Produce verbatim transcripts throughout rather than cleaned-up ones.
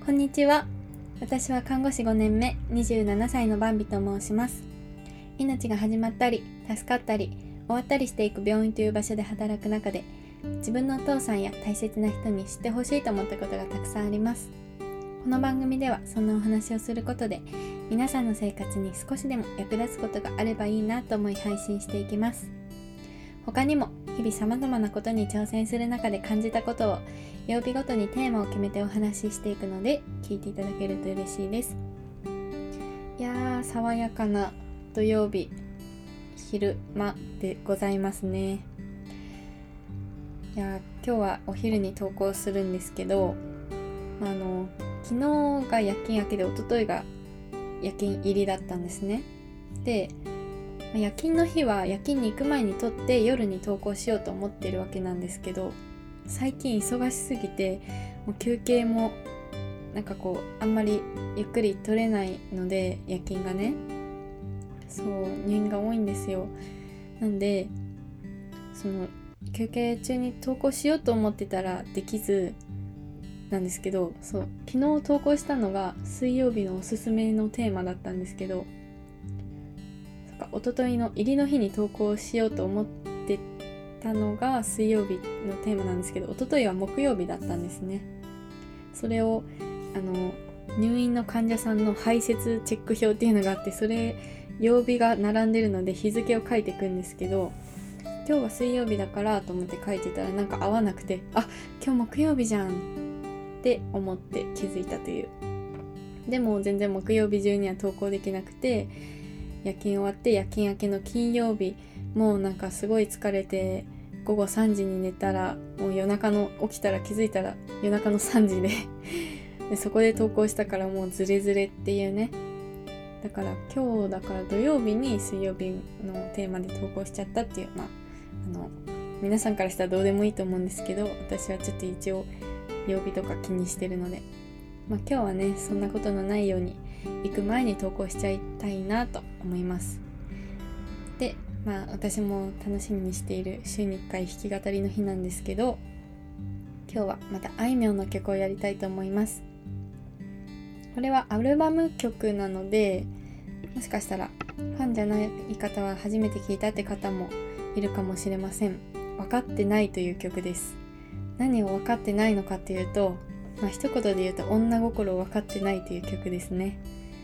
こんにちは。私は看護師ごねんめ、にじゅうななさいのバンビと申します。命が始まったり、助かったり、終わったりしていく病院という場所で働く中で、自分のお父さんや大切な人に知ってほしいと思ったことがたくさんあります。この番組ではそんなお話をすることで、皆さんの生活に少しでも役立つことがあればいいなと思い配信していきます。他にも日々様々なことに挑戦する中で感じたことを曜日ごとにテーマを決めてお話ししていくので、聞いていただけると嬉しいです。いやー、爽やかな土曜日昼間でございますね。いやー、今日はお昼に投稿するんですけど、あの昨日が夜勤明けで一昨日が夜勤入りだったんですね。で夜勤の日は夜勤に行く前に撮って夜に投稿しようと思ってるわけなんですけど、最近忙しすぎてもう休憩もなんかこうあんまりゆっくり取れないので、夜勤がね、そう入院が多いんですよ。なんでその休憩中に投稿しようと思ってたらできずなんですけど、そう昨日投稿したのが水曜日のおすすめのテーマだったんですけど、一昨日の入りの日に投稿しようと思ってたのが水曜日のテーマなんですけど、一昨日は木曜日だったんですね。それをあの入院の患者さんの排泄チェック表っていうのがあって、それ曜日が並んでるので日付を書いていくんですけど、今日は水曜日だからと思って書いてたらなんか合わなくて、あ、今日木曜日じゃんって思って気づいたという。でも全然木曜日中には投稿できなくて、夜勤終わって夜勤明けの金曜日、もうなんかすごい疲れてごごさんじに寝たら、もう夜中の起きたら気づいたら夜中のさんじででそこで投稿したからもうズレズレっていうね。だから今日だから土曜日に水曜日のテーマで投稿しちゃったっていう、まああの皆さんからしたらどうでもいいと思うんですけど、私はちょっと一応曜日とか気にしてるので、まあ今日はねそんなことのないように行く前に投稿しちゃいたいなと思います。で、まあ私も楽しみにしている週にいっかい弾き語りの日なんですけど、今日はまたあいみょんの曲をやりたいと思います。これはアルバム曲なので、もしかしたらファンじゃない方は初めて聴いたって方もいるかもしれません。分かってないという曲です。何を分かってないのかっていうと、まあ一言で言うと女心を分かってないという曲ですね。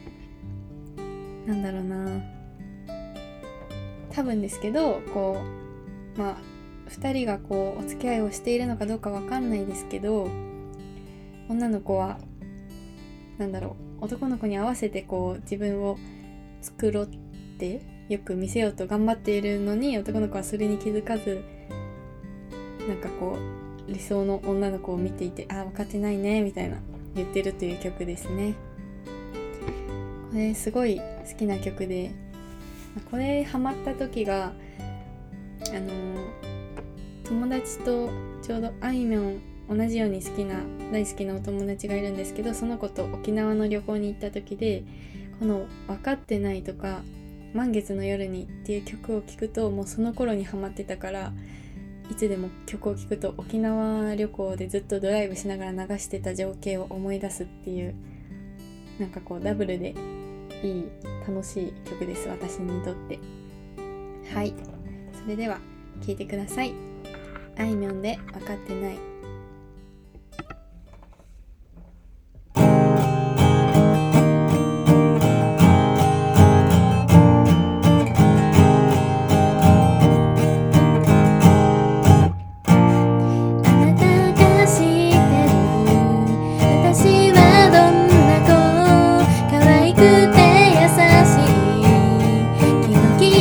なんだろうな、多分ですけど、こうまあふたりがこうお付き合いをしているのかどうか分かんないですけど、女の子はなんだろう、男の子に合わせてこう自分を繕ってよく見せようと頑張っているのに、男の子はそれに気づかず、なんかこう理想の女の子を見ていて、あ、分かってないねみたいな言ってるという曲ですね。これすごい好きな曲で、これハマった時があの友達とちょうどあいみょん同じように好きな大好きなお友達がいるんですけど、その子と沖縄の旅行に行った時で、この分かってないとか満月の夜にっていう曲を聴くと、もうその頃にハマってたから、いつでも曲を聴くと沖縄旅行でずっとドライブしながら流してた情景を思い出すっていう、なんかこうダブルでいい楽しい曲です、私にとって。はい、それでは聴いてください。あいみょんで分かってない。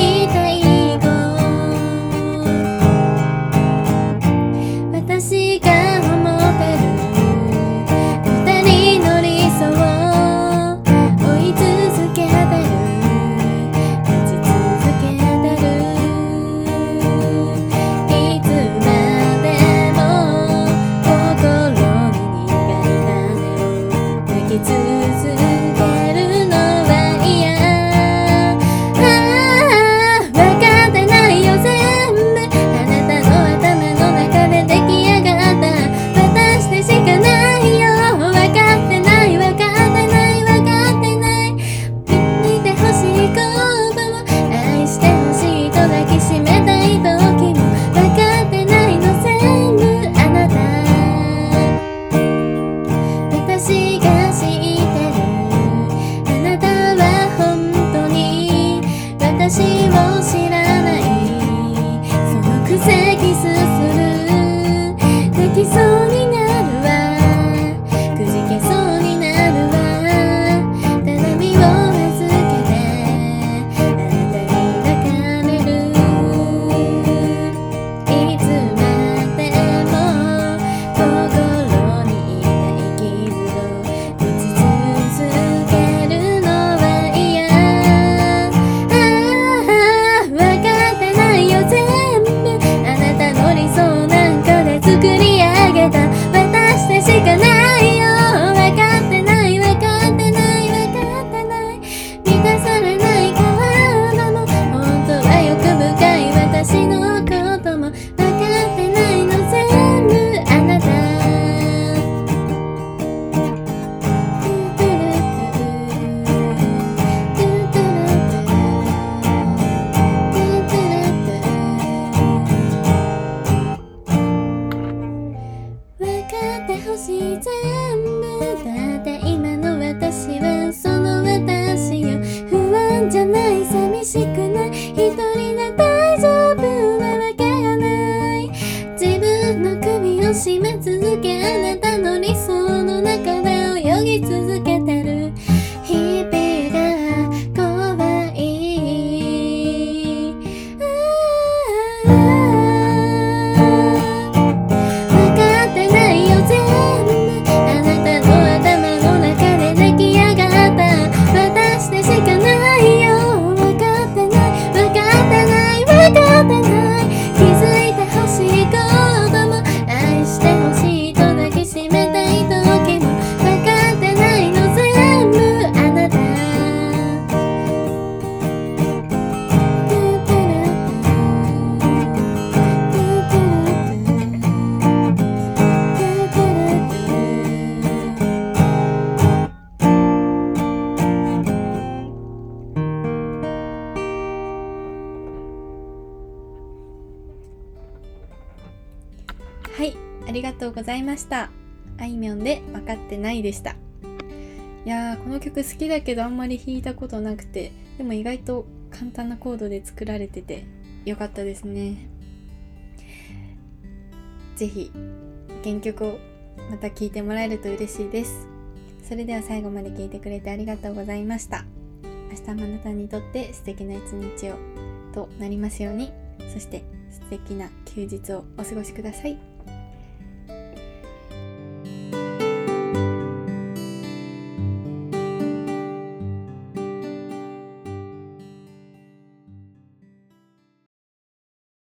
私がしかないよ。分かってない分かってない分かってない。満たされない体も本当は欲深い私のことも分かってないの全部あなた。全部だって今の私はその私よ。不安じゃない寂しくない一人で大丈夫なわけがない。自分の首を絞め続けあなたの理想の中で泳ぎ続けてる日々が怖い。ああ分かってないよ全部はい、ありがとうございました。あいみょんで分かってないでした。いやー、この曲好きだけどあんまり弾いたことなくて、でも意外と簡単なコードで作られててよかったですね。ぜひ原曲をまた聴いてもらえると嬉しいです。それでは最後まで聴いてくれてありがとうございました。明日もあなたにとって素敵な一日をとなりますように。そして素敵な休日をお過ごしください。